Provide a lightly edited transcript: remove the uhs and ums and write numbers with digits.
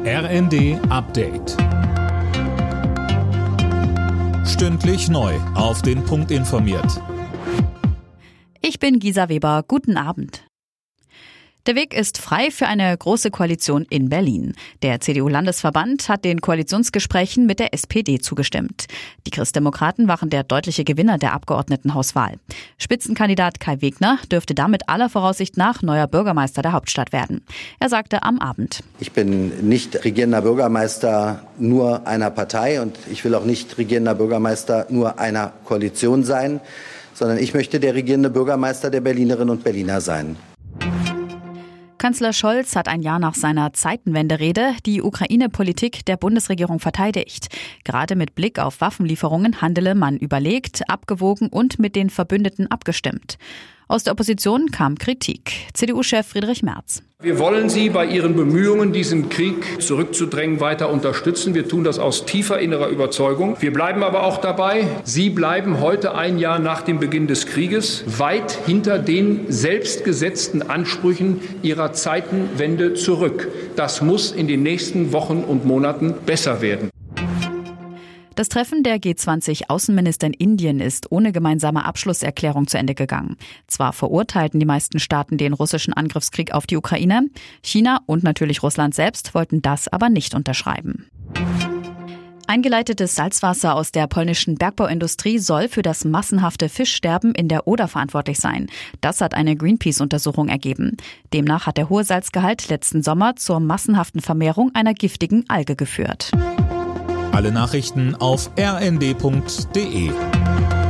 RND Update. Stündlich neu auf den Punkt informiert. Ich bin Gisa Weber. Guten Abend. Der Weg ist frei für eine große Koalition in Berlin. Der CDU-Landesverband hat den Koalitionsgesprächen mit der SPD zugestimmt. Die Christdemokraten waren der deutliche Gewinner der Abgeordnetenhauswahl. Spitzenkandidat Kai Wegner dürfte damit aller Voraussicht nach neuer Bürgermeister der Hauptstadt werden. Er sagte am Abend: Ich bin nicht regierender Bürgermeister nur einer Partei und ich will auch nicht regierender Bürgermeister nur einer Koalition sein, sondern ich möchte der regierende Bürgermeister der Berlinerinnen und Berliner sein. Kanzler Scholz hat ein Jahr nach seiner Zeitenwende-Rede die Ukraine-Politik der Bundesregierung verteidigt. Gerade mit Blick auf Waffenlieferungen handele man überlegt, abgewogen und mit den Verbündeten abgestimmt. Aus der Opposition kam Kritik. CDU-Chef Friedrich Merz: Wir wollen Sie bei Ihren Bemühungen, diesen Krieg zurückzudrängen, weiter unterstützen. Wir tun das aus tiefer innerer Überzeugung. Wir bleiben aber auch dabei. Sie bleiben heute, ein Jahr nach dem Beginn des Krieges, weit hinter den selbstgesetzten Ansprüchen Ihrer Zeitenwende zurück. Das muss in den nächsten Wochen und Monaten besser werden. Das Treffen der G20-Außenminister in Indien ist ohne gemeinsame Abschlusserklärung zu Ende gegangen. Zwar verurteilten die meisten Staaten den russischen Angriffskrieg auf die Ukraine, China und natürlich Russland selbst wollten das aber nicht unterschreiben. Eingeleitetes Salzwasser aus der polnischen Bergbauindustrie soll für das massenhafte Fischsterben in der Oder verantwortlich sein. Das hat eine Greenpeace-Untersuchung ergeben. Demnach hat der hohe Salzgehalt letzten Sommer zur massenhaften Vermehrung einer giftigen Alge geführt. Alle Nachrichten auf rnd.de.